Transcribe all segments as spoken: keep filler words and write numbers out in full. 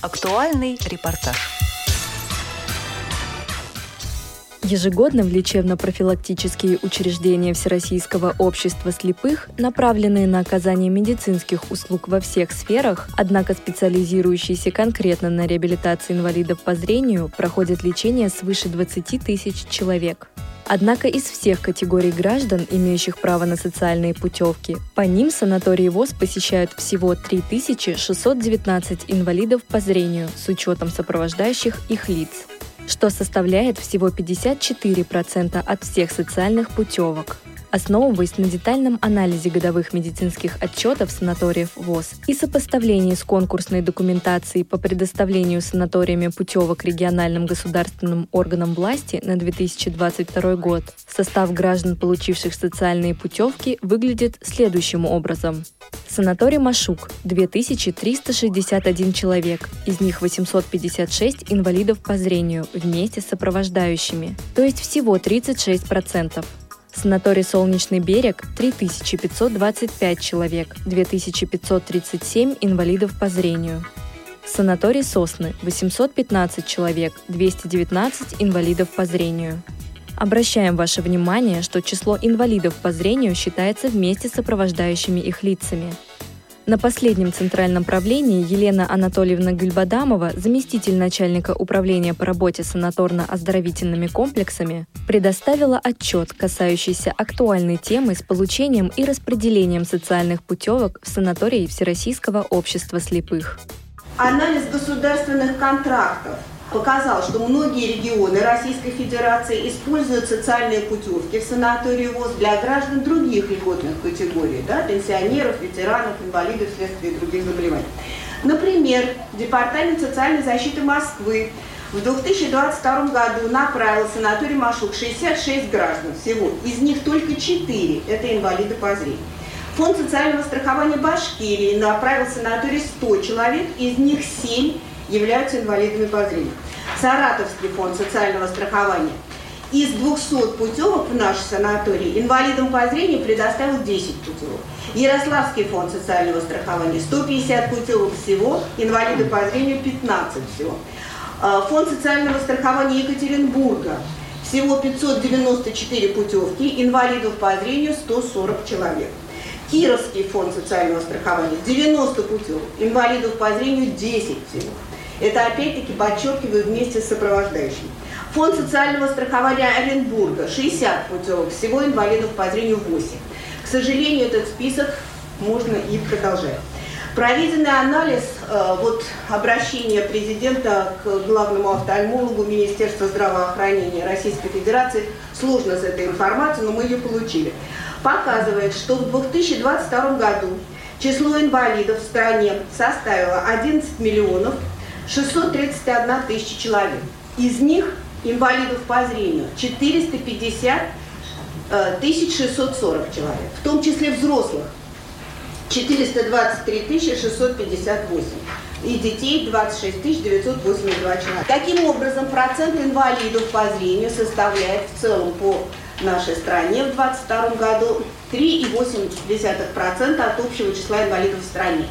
Актуальный репортаж. Ежегодно в лечебно-профилактические учреждения Всероссийского общества слепых, направленные на оказание медицинских услуг во всех сферах, однако специализирующиеся конкретно на реабилитации инвалидов по зрению, проходят лечение свыше двадцати тысяч человек. Однако из всех категорий граждан, имеющих право на социальные путевки, по ним санатории ВОС посещают всего три тысячи шестьсот девятнадцать инвалидов по зрению с учетом сопровождающих их лиц, что составляет всего пятьдесят четыре процента от всех социальных путевок. Основываясь на детальном анализе годовых медицинских отчетов санаториев ВОС и сопоставлении с конкурсной документацией по предоставлению санаториями путевок региональным государственным органам власти на две тысячи двадцать второй год, состав граждан, получивших социальные путевки, выглядит следующим образом. Санаторий Машук – две тысячи триста шестьдесят один человек, из них восемьсот пятьдесят шесть инвалидов по зрению вместе с сопровождающими, то есть всего тридцать шесть процентов. Санаторий «Солнечный берег» – три тысячи пятьсот двадцать пять человек, две тысячи пятьсот тридцать семь инвалидов по зрению. Санаторий «Сосны» – восемьсот пятнадцать человек, двести девятнадцать инвалидов по зрению. Обращаем ваше внимание, что число инвалидов по зрению считается вместе с сопровождающими их лицами. На последнем центральном правлении Елена Анатольевна Гульбадамова, заместитель начальника управления по работе с санаторно-оздоровительными комплексами, предоставила отчет, касающийся актуальной темы с получением и распределением социальных путевок в санатории Всероссийского общества слепых. Анализ государственных контрактов показал, что многие регионы Российской Федерации используют социальные путевки в санатории ВОС для граждан других льготных категорий, да, пенсионеров, ветеранов, инвалидов вследствие других заболеваний. Например, Департамент социальной защиты Москвы в две тысячи двадцать втором году направил в санаторий Машук шестьдесят шесть граждан всего, из них только четыре – это инвалиды по зрению. Фонд социального страхования Башкирии направил в санаторий сто человек, из них семь являются инвалидами по зрению. Саратовский фонд социального страхования из двухсот путевок в наш санаторий инвалидам по зрению предоставил десять путевок. Ярославский фонд социального страхования сто пятьдесят путевок всего, инвалиды по зрению пятнадцать всего. Фонд социального страхования Екатеринбурга всего пятьсот девяносто четыре путевки, инвалидов по зрению сто сорок человек. Кировский фонд социального страхования девяносто путевок, инвалидов по зрению десять всего. Это опять-таки подчеркиваю вместе с сопровождающими. Фонд социального страхования Оренбурга шестьдесят путевок, всего инвалидов по зрению восемь. К сожалению, этот список можно и продолжать. Проведенный анализ э, вот, обращения президента к главному офтальмологу Министерства здравоохранения Российской Федерации, сложно с этой информацией, но мы ее получили, показывает, что в две тысячи двадцать втором году число инвалидов в стране составило одиннадцать миллионов шестьсот тридцать одна тысяча человек. Из них инвалидов по зрению четыреста пятьдесят тысяч шестьсот сорок человек, в том числе взрослых четыреста двадцать три тысячи шестьсот пятьдесят восемь и детей двадцать шесть тысяч девятьсот восемьдесят два человека. Таким образом, процент инвалидов по зрению составляет в целом по нашей стране в две тысячи двадцать втором году три целых восемь десятых процента от общего числа инвалидов в стране.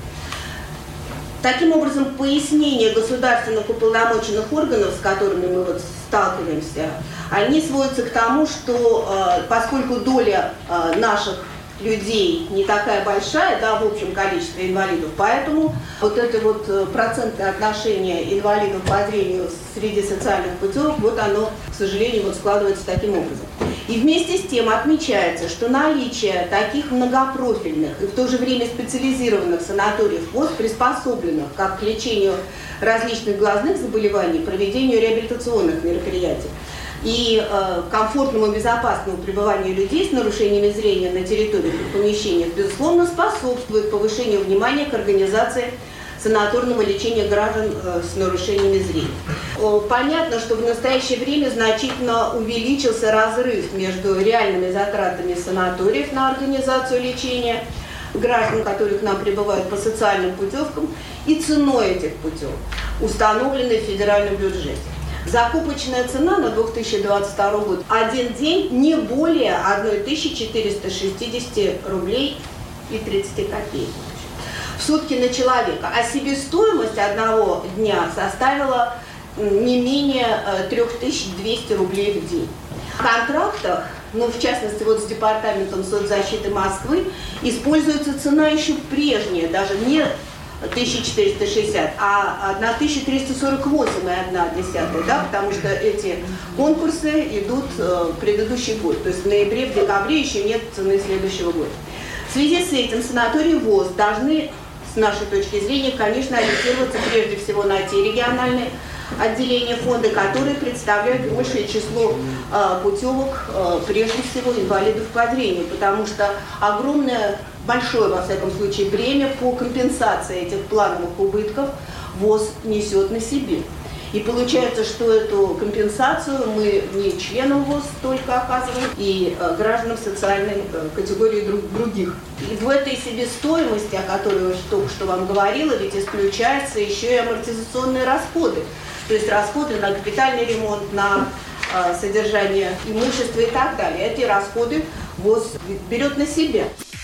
Таким образом, пояснения государственных уполномоченных органов, с которыми мы вот сталкиваемся, они сводятся к тому, что поскольку доля наших людей не такая большая, да, в общем количестве инвалидов, поэтому вот это вот процентное отношение инвалидов по зрению среди социальных путевок, вот оно, к сожалению, вот складывается таким образом. И вместе с тем отмечается, что наличие таких многопрофильных и в то же время специализированных санаториев ВОС, приспособленных как к лечению различных глазных заболеваний, проведению реабилитационных мероприятий, и э, комфортному и безопасному пребыванию людей с нарушениями зрения на территории и помещениях, безусловно, способствует повышению внимания к организации санаторного лечения граждан э, с нарушениями зрения. О, понятно, что в настоящее время значительно увеличился разрыв между реальными затратами санаториев на организацию лечения граждан, которые к нам прибывают по социальным путевкам, и ценой этих путевок, установленной в федеральном бюджете. Закупочная цена на две тысячи двадцать второй год один день не более тысяча четыреста шестьдесят рублей и тридцать копеек. в сутки на человека, а себестоимость одного дня составила не менее три тысячи двести рублей в день. В контрактах, ну, в частности, вот с Департаментом соцзащиты Москвы, используется цена еще прежняя, даже не тысяча четыреста шестьдесят, а тысяча триста сорок восемь и одна десятая, да, потому что эти конкурсы идут э, предыдущий год, то есть в ноябре, в декабре еще нет цены следующего года. В связи с этим санатории ВОС должны, с нашей точки зрения, конечно, ориентироваться прежде всего на те региональные отделения фонда, которые представляют большее число э, путевок, э, прежде всего инвалидов по зрению, потому что огромное, большое, во всяком случае, бремя по компенсации этих плановых убытков ВОС несет на себе. И получается, что эту компенсацию мы не членам ВОС только оказываем, и э, гражданам социальной э, категории друг, других. И в этой себестоимости, о которой я только что вам говорила, ведь исключаются еще и амортизационные расходы. То есть расходы на капитальный ремонт, на э, содержание имущества и так далее. Эти расходы ВОС берет на себя.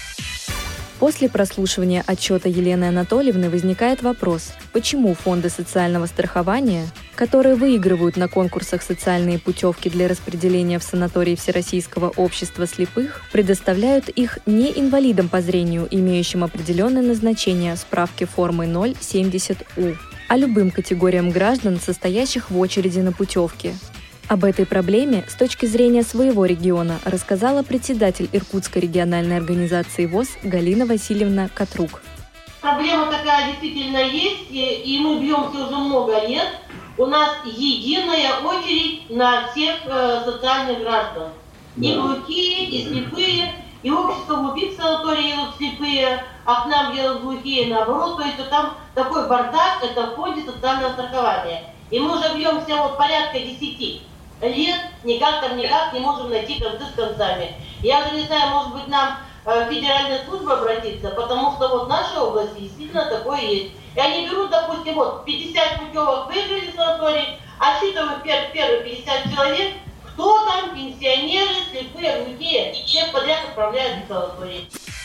После прослушивания отчета Елены Анатольевны возникает вопрос, почему фонды социального страхования, которые выигрывают на конкурсах социальные путевки для распределения в санатории Всероссийского общества слепых, предоставляют их не инвалидам по зрению, имеющим определенное назначение справки формы ноль семьдесят У, а любым категориям граждан, состоящих в очереди на путевки. Об этой проблеме с точки зрения своего региона рассказала председатель Иркутской региональной организации ВОС Галина Васильевна Катрук. Проблема такая действительно есть, и мы бьемся уже много лет. У нас единая очередь на всех э, социальных граждан. И глухие, и слепые, и общество глухих санаторий едут слепые, а к нам едут глухие наоборот. То есть там такой бардак, это в фонде социального страхования. И мы уже бьемся вот порядка десяти лет, никак там никак не можем найти концы с концами. Я же не знаю, может быть, нам э, федеральная служба обратиться, потому что вот в нашей области действительно такое есть. И они берут, допустим, вот пятьдесят путевок выиграли в санаторий, отсчитывают пер первые пятьдесят человек, кто там, пенсионеры, слепые, глухие, всех подряд отправляют в санаторий.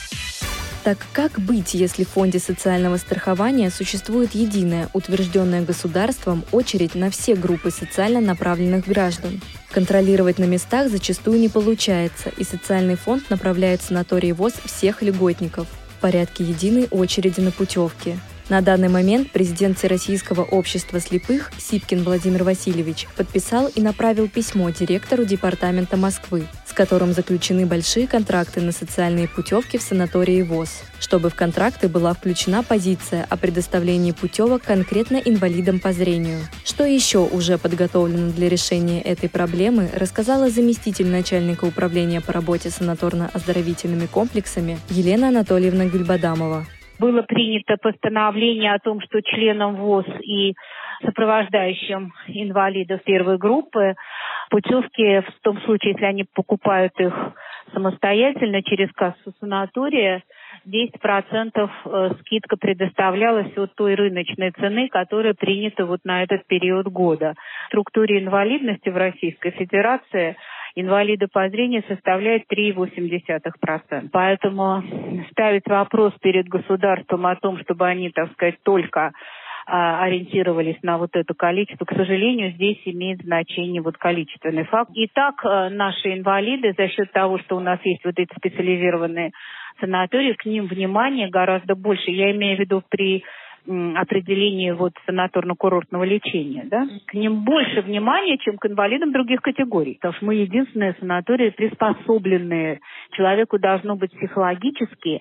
Так как быть, если в фонде социального страхования существует единая, утвержденная государством, очередь на все группы социально направленных граждан? Контролировать на местах зачастую не получается, и социальный фонд направляет в санатории ВОС всех льготников в порядке единой очереди на путевки. На данный момент президент Всероссийского общества слепых Сипкин Владимир Васильевич подписал и направил письмо директору департамента Москвы, с которым заключены большие контракты на социальные путевки в санатории ВОС, чтобы в контракты была включена позиция о предоставлении путевок конкретно инвалидам по зрению. Что еще уже подготовлено для решения этой проблемы, рассказала заместитель начальника управления по работе с санаторно-оздоровительными комплексами Елена Анатольевна Гюльбадамова. Было принято постановление о том, что членам ВОС и сопровождающим инвалидов первой группы путевки, в том случае, если они покупают их самостоятельно через кассу санатория, десять процентов скидка предоставлялась от той рыночной цены, которая принята вот на этот период года. В структуре инвалидности в Российской Федерации инвалиды по зрению составляют три целых восемь десятых процента. Поэтому ставить вопрос перед государством о том, чтобы они, так сказать, только а, ориентировались на вот это количество, к сожалению, здесь имеет значение вот количественный факт. Итак, наши инвалиды, за счет того, что у нас есть вот эти специализированные санатории, к ним внимание гораздо больше. Я имею в виду при определение вот санаторно-курортного лечения, да, к ним больше внимания, чем к инвалидам других категорий. Потому что мы единственные санатории, приспособленные. Человеку должно быть психологически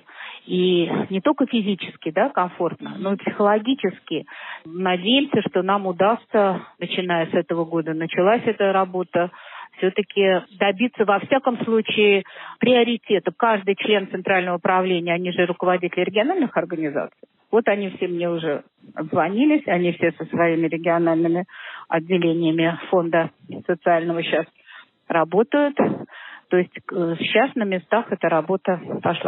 и не только физически, да, комфортно, но и психологически. Надеемся, что нам удастся, начиная с этого года, началась эта работа, все-таки добиться, во всяком случае, приоритета. Каждый член Центрального управления, они же руководители региональных организаций, вот они все мне уже обзвонились, они все со своими региональными отделениями фонда социального сейчас работают. То есть сейчас на местах эта работа пошла.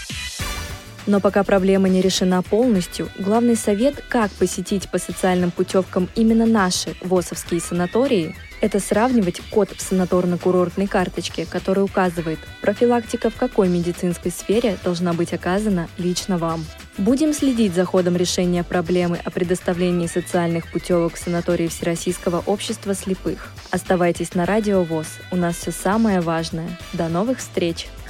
Но пока проблема не решена полностью, главный совет, как посетить по социальным путевкам именно наши ВОСовские санатории, это сравнивать код в санаторно-курортной карточке, который указывает, профилактика в какой медицинской сфере должна быть оказана лично вам. Будем следить за ходом решения проблемы о предоставлении социальных путевок в санатории Всероссийского общества слепых. Оставайтесь на Радио ВОС. У нас все самое важное. До новых встреч!